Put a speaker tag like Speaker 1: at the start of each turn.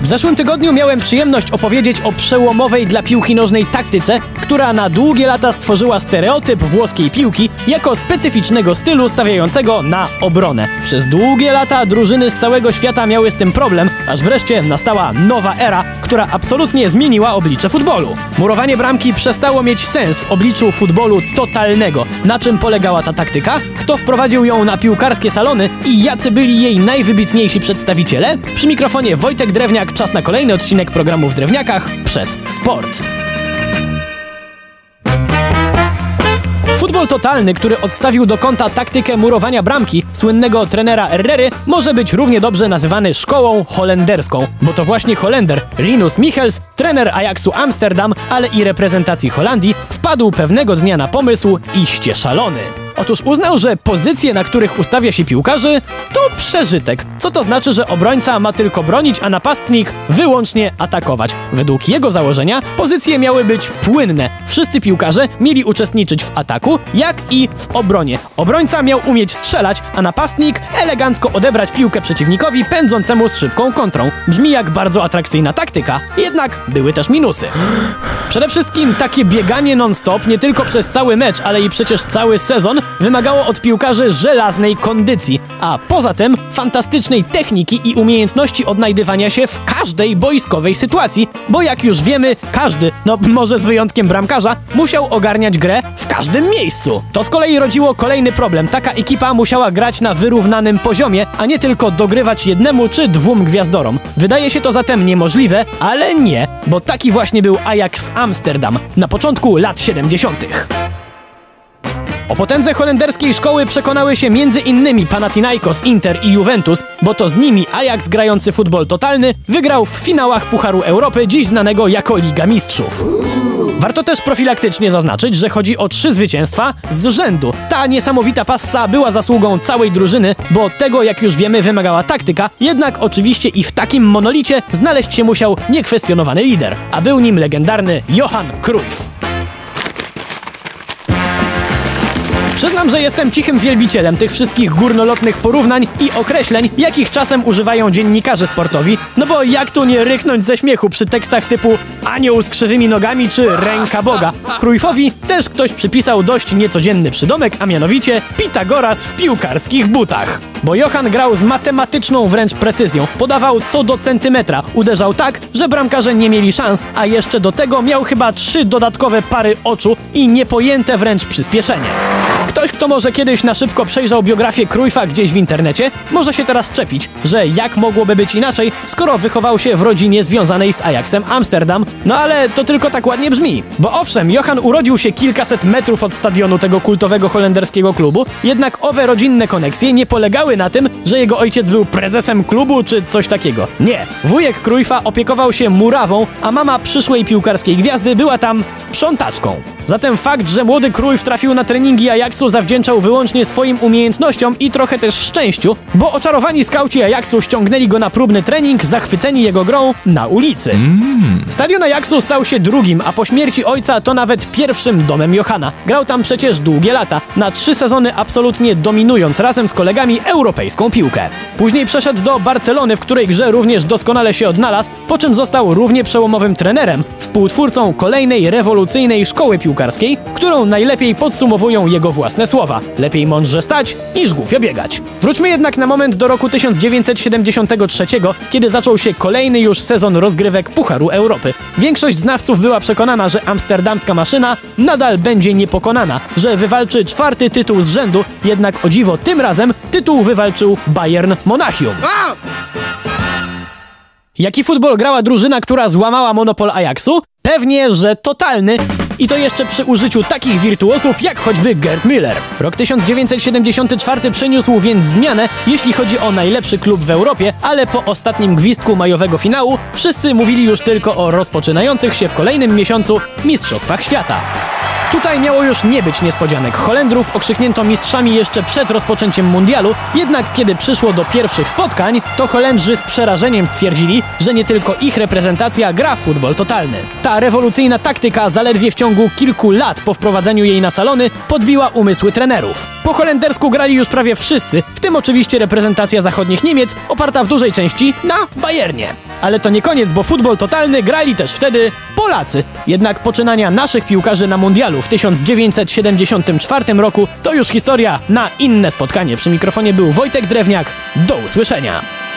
Speaker 1: zeszłym tygodniu miałem przyjemność opowiedzieć o przełomowej dla piłki nożnej taktyce, która na długie lata stworzyła stereotyp włoskiej piłki jako specyficznego stylu stawiającego na obronę. Przez długie lata drużyny z całego świata miały z tym problem, aż wreszcie nastała nowa era, która absolutnie zmieniła oblicze futbolu. Murowanie bramki przestało mieć sens w obliczu futbolu totalnego. Na czym polegała ta taktyka? Kto wprowadził ją na piłkarskie salony i jacy byli jej najwybitniejsi przedstawiciele? Przy mikrofonie Wojtek Drewniak, czas na kolejny odcinek programu W Drewniakach przez Sport. Futbol totalny, który odstawił do kąta taktykę murowania bramki słynnego trenera Herrery, może być równie dobrze nazywany szkołą holenderską, bo to właśnie Holender Rinus Michels, trener Ajaxu Amsterdam, ale i reprezentacji Holandii, wpadł pewnego dnia na pomysł iście szalony. Otóż uznał, że pozycje, na których ustawia się piłkarzy, to przeżytek. Co to znaczy, że obrońca ma tylko bronić, a napastnik wyłącznie atakować. Według jego założenia pozycje miały być płynne. Wszyscy piłkarze mieli uczestniczyć w ataku, jak i w obronie. Obrońca miał umieć strzelać, a napastnik elegancko odebrać piłkę przeciwnikowi pędzącemu z szybką kontrą. Brzmi jak bardzo atrakcyjna taktyka, jednak były też minusy. Przede wszystkim takie bieganie non-stop, nie tylko przez cały mecz, ale i przecież cały sezon, wymagało od piłkarzy żelaznej kondycji, a poza tym fantastycznej techniki i umiejętności odnajdywania się w każdej boiskowej sytuacji, bo jak już wiemy, każdy, no może z wyjątkiem bramkarza, musiał ogarniać grę w każdym miejscu. To z kolei rodziło kolejny problem. Taka ekipa musiała grać na wyrównanym poziomie, a nie tylko dogrywać jednemu czy dwóm gwiazdorom. Wydaje się to zatem niemożliwe, ale nie, bo taki właśnie był Ajax Amsterdam na początku lat 70. O potędze holenderskiej szkoły przekonały się m.in. Panathinaikos, Inter i Juventus, bo to z nimi Ajax grający futbol totalny wygrał w finałach Pucharu Europy, dziś znanego jako Liga Mistrzów. Warto też profilaktycznie zaznaczyć, że chodzi o 3 zwycięstwa z rzędu. Ta niesamowita passa była zasługą całej drużyny, bo tego, jak już wiemy, wymagała taktyka, jednak oczywiście i w takim monolicie znaleźć się musiał niekwestionowany lider, a był nim legendarny Johan Cruyff. Przyznam, że jestem cichym wielbicielem tych wszystkich górnolotnych porównań i określeń, jakich czasem używają dziennikarze sportowi, no bo jak tu nie ryknąć ze śmiechu przy tekstach typu anioł z krzywymi nogami czy ręka Boga. Cruyffowi też ktoś przypisał dość niecodzienny przydomek, a mianowicie Pitagoras w piłkarskich butach. Bo Johan grał z matematyczną wręcz precyzją, podawał co do centymetra, uderzał tak, że bramkarze nie mieli szans, a jeszcze do tego miał chyba 3 dodatkowe pary oczu i niepojęte wręcz przyspieszenie. Ktoś, kto może kiedyś na szybko przejrzał biografię Cruyffa gdzieś w internecie, może się teraz czepić, że jak mogłoby być inaczej, skoro wychował się w rodzinie związanej z Ajaxem Amsterdam, no ale to tylko tak ładnie brzmi. Bo owszem, Johan urodził się kilkaset metrów od stadionu tego kultowego holenderskiego klubu, jednak owe rodzinne koneksje nie polegały na tym, że jego ojciec był prezesem klubu czy coś takiego. Nie. Wujek Cruyffa opiekował się murawą, a mama przyszłej piłkarskiej gwiazdy była tam sprzątaczką. Zatem fakt, że młody Cruyff trafił na treningi Ajaxu, zawdzięczał wyłącznie swoim umiejętnościom i trochę też szczęściu, bo oczarowani skauci Ajaxu ściągnęli go na próbny trening, zachwyceni jego grą na ulicy. Stadion Ajaxu stał się drugim, a po śmierci ojca to nawet pierwszym domem Johana. Grał tam przecież długie lata, na 3 sezony absolutnie dominując razem z kolegami europejską piłkę. Później przeszedł do Barcelony, w której grze również doskonale się odnalazł, po czym został równie przełomowym trenerem, współtwórcą kolejnej rewolucyjnej szkoły piłkarskiej, którą najlepiej podsumowują jego własne słowa. Lepiej mądrze stać, niż głupio biegać. Wróćmy jednak na moment do roku 1973, kiedy zaczął się kolejny już sezon rozgrywek Pucharu Europy. Większość znawców była przekonana, że amsterdamska maszyna nadal będzie niepokonana, że wywalczy 4. tytuł z rzędu, jednak o dziwo tym razem tytuł wywalczył Bayern Monachium. Jaki futbol grała drużyna, która złamała monopol Ajaxu? Pewnie, że totalny. I to jeszcze przy użyciu takich wirtuozów jak choćby Gerd Müller. Rok 1974 przyniósł więc zmianę, jeśli chodzi o najlepszy klub w Europie, ale po ostatnim gwizdku majowego finału wszyscy mówili już tylko o rozpoczynających się w kolejnym miesiącu Mistrzostwach Świata. Tutaj miało już nie być niespodzianek. Holendrów okrzyknięto mistrzami jeszcze przed rozpoczęciem mundialu, jednak kiedy przyszło do pierwszych spotkań, to Holendrzy z przerażeniem stwierdzili, że nie tylko ich reprezentacja gra w futbol totalny. Ta rewolucyjna taktyka zaledwie w ciągu kilku lat po wprowadzeniu jej na salony podbiła umysły trenerów. Po holendersku grali już prawie wszyscy, w tym oczywiście reprezentacja zachodnich Niemiec, oparta w dużej części na Bayernie. Ale to nie koniec, bo futbol totalny grali też wtedy Polacy. Jednak poczynania naszych piłkarzy na mundialu w 1974 roku to już historia na inne spotkanie. Przy mikrofonie był Wojtek Drewniak. Do usłyszenia.